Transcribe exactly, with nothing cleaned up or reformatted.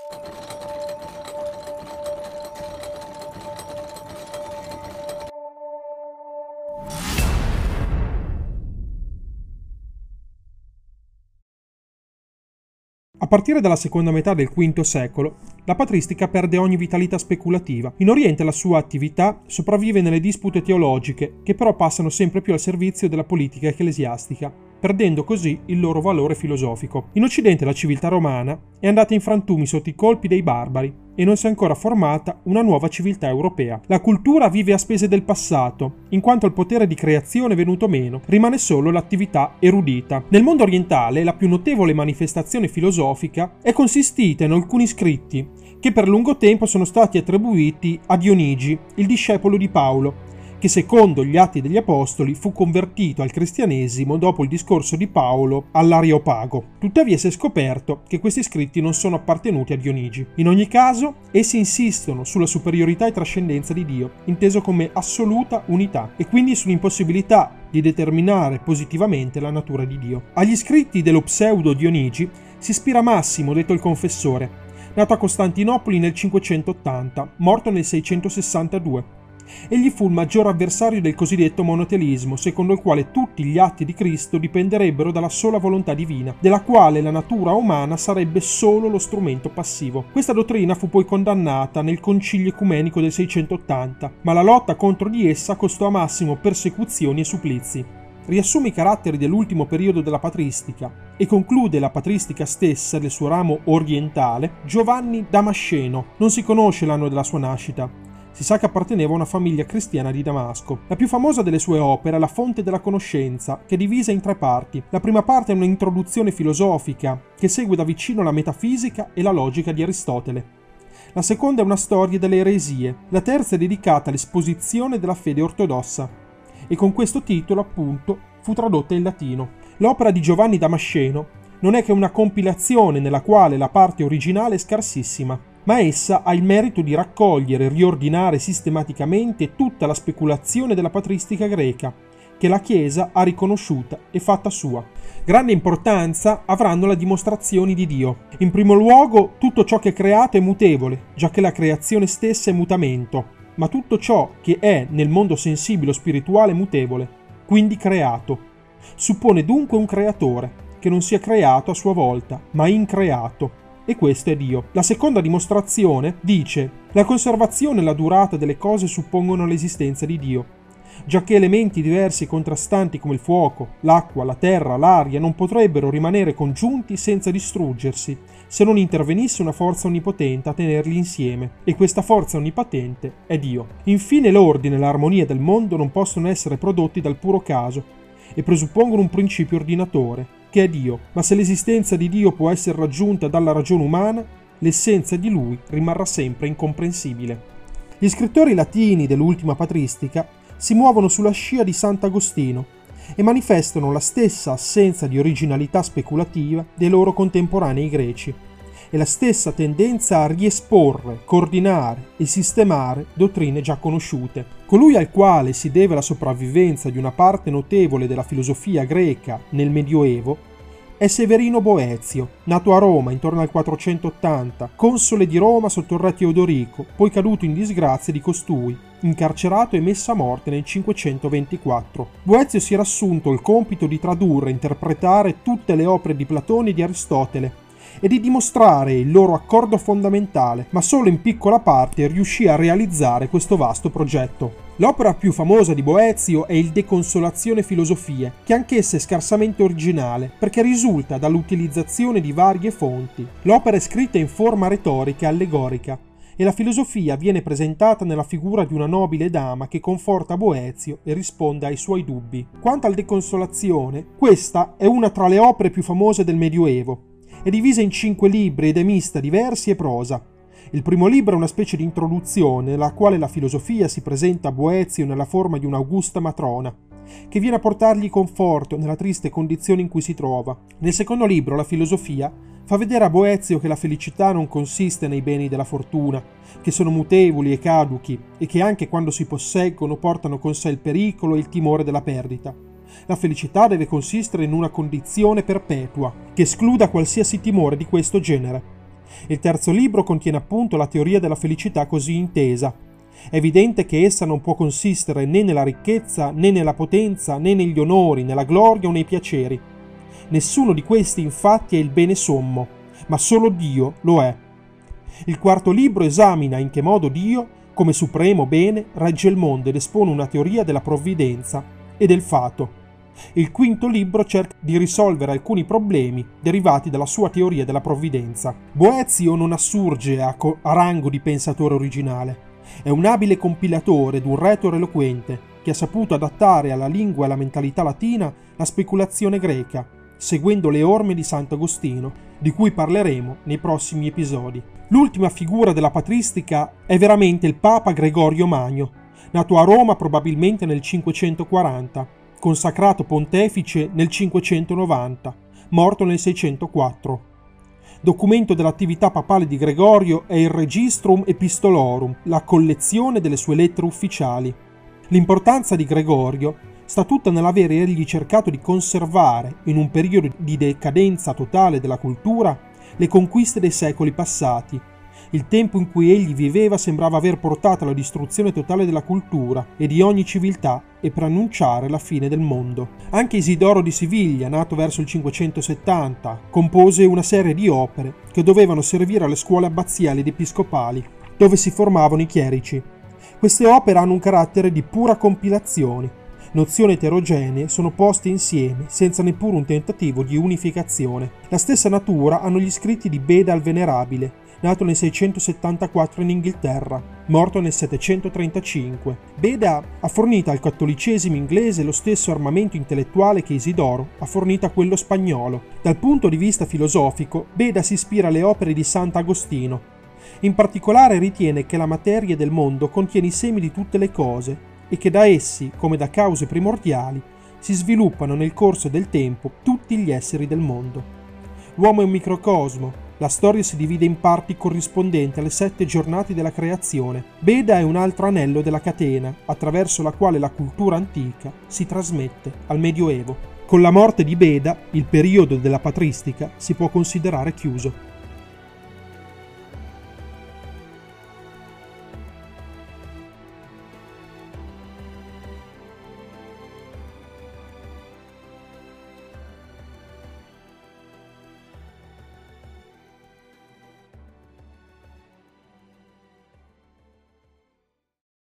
A partire dalla seconda metà del quinto secolo, la patristica perde ogni vitalità speculativa. In Oriente la sua attività sopravvive nelle dispute teologiche, che però passano sempre più al servizio della politica ecclesiastica, perdendo così il loro valore filosofico. In Occidente la civiltà romana è andata in frantumi sotto i colpi dei barbari e non si è ancora formata una nuova civiltà europea. La cultura vive a spese del passato, in quanto il potere di creazione è venuto meno, rimane solo l'attività erudita. Nel mondo orientale la più notevole manifestazione filosofica è consistita in alcuni scritti che per lungo tempo sono stati attribuiti a Dionigi, il discepolo di Paolo, che secondo gli Atti degli Apostoli fu convertito al cristianesimo dopo il discorso di Paolo all'Areopago. Tuttavia si è scoperto che questi scritti non sono appartenuti a Dionigi. In ogni caso, essi insistono sulla superiorità e trascendenza di Dio, inteso come assoluta unità, e quindi sull'impossibilità di determinare positivamente la natura di Dio. Agli scritti dello pseudo Dionigi si ispira Massimo, detto il Confessore, nato a Costantinopoli nel cinquecentottanta, morto nel seicentosessantadue. Egli fu il maggior avversario del cosiddetto monotelismo, secondo il quale tutti gli atti di Cristo dipenderebbero dalla sola volontà divina, della quale la natura umana sarebbe solo lo strumento passivo. Questa dottrina fu poi condannata nel Concilio Ecumenico del seicentottanta, ma la lotta contro di essa costò a Massimo persecuzioni e supplizi. Riassume i caratteri dell'ultimo periodo della patristica e conclude la patristica stessa del suo ramo orientale Giovanni Damasceno. Non si conosce l'anno della sua nascita. Si sa che apparteneva a una famiglia cristiana di Damasco. La più famosa delle sue opere è La fonte della conoscenza, che è divisa in tre parti. La prima parte è un'introduzione filosofica che segue da vicino la metafisica e la logica di Aristotele. La seconda è una storia delle eresie. La terza è dedicata all'esposizione della fede ortodossa. E con questo titolo, appunto, fu tradotta in latino. L'opera di Giovanni Damasceno non è che una compilazione nella quale la parte originale è scarsissima, ma essa ha il merito di raccogliere e riordinare sistematicamente tutta la speculazione della patristica greca, che la Chiesa ha riconosciuta e fatta sua. Grande importanza avranno le dimostrazioni di Dio. In primo luogo, tutto ciò che è creato è mutevole, giacché la creazione stessa è mutamento, ma tutto ciò che è nel mondo sensibile o spirituale è mutevole, quindi creato. Suppone dunque un creatore, che non sia creato a sua volta, ma increato. E questo è Dio. La seconda dimostrazione dice: la conservazione e la durata delle cose suppongono l'esistenza di Dio, giacché elementi diversi e contrastanti come il fuoco, l'acqua, la terra, l'aria non potrebbero rimanere congiunti senza distruggersi, se non intervenisse una forza onnipotente a tenerli insieme, e questa forza onnipotente è Dio. Infine l'ordine e l'armonia del mondo non possono essere prodotti dal puro caso, e presuppongono un principio ordinatore, che è Dio, ma se l'esistenza di Dio può essere raggiunta dalla ragione umana, l'essenza di Lui rimarrà sempre incomprensibile. Gli scrittori latini dell'ultima patristica si muovono sulla scia di Sant'Agostino e manifestano la stessa assenza di originalità speculativa dei loro contemporanei greci e la stessa tendenza a riesporre, coordinare e sistemare dottrine già conosciute. Colui al quale si deve la sopravvivenza di una parte notevole della filosofia greca nel Medioevo è Severino Boezio, nato a Roma intorno al quattrocentottanta, console di Roma sotto il re Teodorico, poi caduto in disgrazia di costui, incarcerato e messo a morte nel cinquecentoventiquattro. Boezio si era assunto il compito di tradurre e interpretare tutte le opere di Platone e di Aristotele e di dimostrare il loro accordo fondamentale, ma solo in piccola parte riuscì a realizzare questo vasto progetto. L'opera più famosa di Boezio è il De Consolatione Filosofie, che anch'essa è scarsamente originale, perché risulta dall'utilizzazione di varie fonti. L'opera è scritta in forma retorica e allegorica, e la filosofia viene presentata nella figura di una nobile dama che conforta Boezio e risponde ai suoi dubbi. Quanto al De Consolazione, questa è una tra le opere più famose del Medioevo. È divisa in cinque libri ed è mista di versi e prosa. Il primo libro è una specie di introduzione nella quale la filosofia si presenta a Boezio nella forma di un'augusta matrona, che viene a portargli conforto nella triste condizione in cui si trova. Nel secondo libro, la filosofia fa vedere a Boezio che la felicità non consiste nei beni della fortuna, che sono mutevoli e caduchi e che anche quando si posseggono portano con sé il pericolo e il timore della perdita. La felicità deve consistere in una condizione perpetua, che escluda qualsiasi timore di questo genere. Il terzo libro contiene appunto la teoria della felicità così intesa. È evidente che essa non può consistere né nella ricchezza, né nella potenza, né negli onori, nella gloria o nei piaceri. Nessuno di questi infatti è il bene sommo, ma solo Dio lo è. Il quarto libro esamina in che modo Dio, come supremo bene, regge il mondo ed espone una teoria della provvidenza e del fato. Il quinto libro cerca di risolvere alcuni problemi derivati dalla sua teoria della provvidenza. Boezio non assurge a, co- a rango di pensatore originale. È un abile compilatore ed un retore eloquente che ha saputo adattare alla lingua e alla mentalità latina la speculazione greca, seguendo le orme di Sant'Agostino, di cui parleremo nei prossimi episodi. L'ultima figura della patristica è veramente il Papa Gregorio Magno, nato a Roma probabilmente nel cinquecentoquaranta, consacrato pontefice nel cinquecentonovanta, morto nel seicentoquattro. Documento dell'attività papale di Gregorio è il Registrum Epistolorum, la collezione delle sue lettere ufficiali. L'importanza di Gregorio sta tutta nell'avere egli cercato di conservare, in un periodo di decadenza totale della cultura, le conquiste dei secoli passati. Il tempo in cui egli viveva sembrava aver portato alla distruzione totale della cultura e di ogni civiltà e preannunciare la fine del mondo. Anche Isidoro di Siviglia, nato verso il cinquecentosettanta, compose una serie di opere che dovevano servire alle scuole abbaziali ed episcopali, dove si formavano i chierici. Queste opere hanno un carattere di pura compilazione. Nozioni eterogenee sono poste insieme senza neppure un tentativo di unificazione. La stessa natura hanno gli scritti di Beda il Venerabile, nato nel seicentosettantaquattro in Inghilterra, morto nel settecentotrentacinque. Beda ha fornito al cattolicesimo inglese lo stesso armamento intellettuale che Isidoro ha fornito a quello spagnolo. Dal punto di vista filosofico, Beda si ispira alle opere di Sant'Agostino. In particolare ritiene che la materia del mondo contiene i semi di tutte le cose e che da essi, come da cause primordiali, si sviluppano nel corso del tempo tutti gli esseri del mondo. L'uomo è un microcosmo. La storia si divide in parti corrispondenti alle sette giornate della creazione. Beda è un altro anello della catena, attraverso la quale la cultura antica si trasmette al Medioevo. Con la morte di Beda, il periodo della patristica si può considerare chiuso.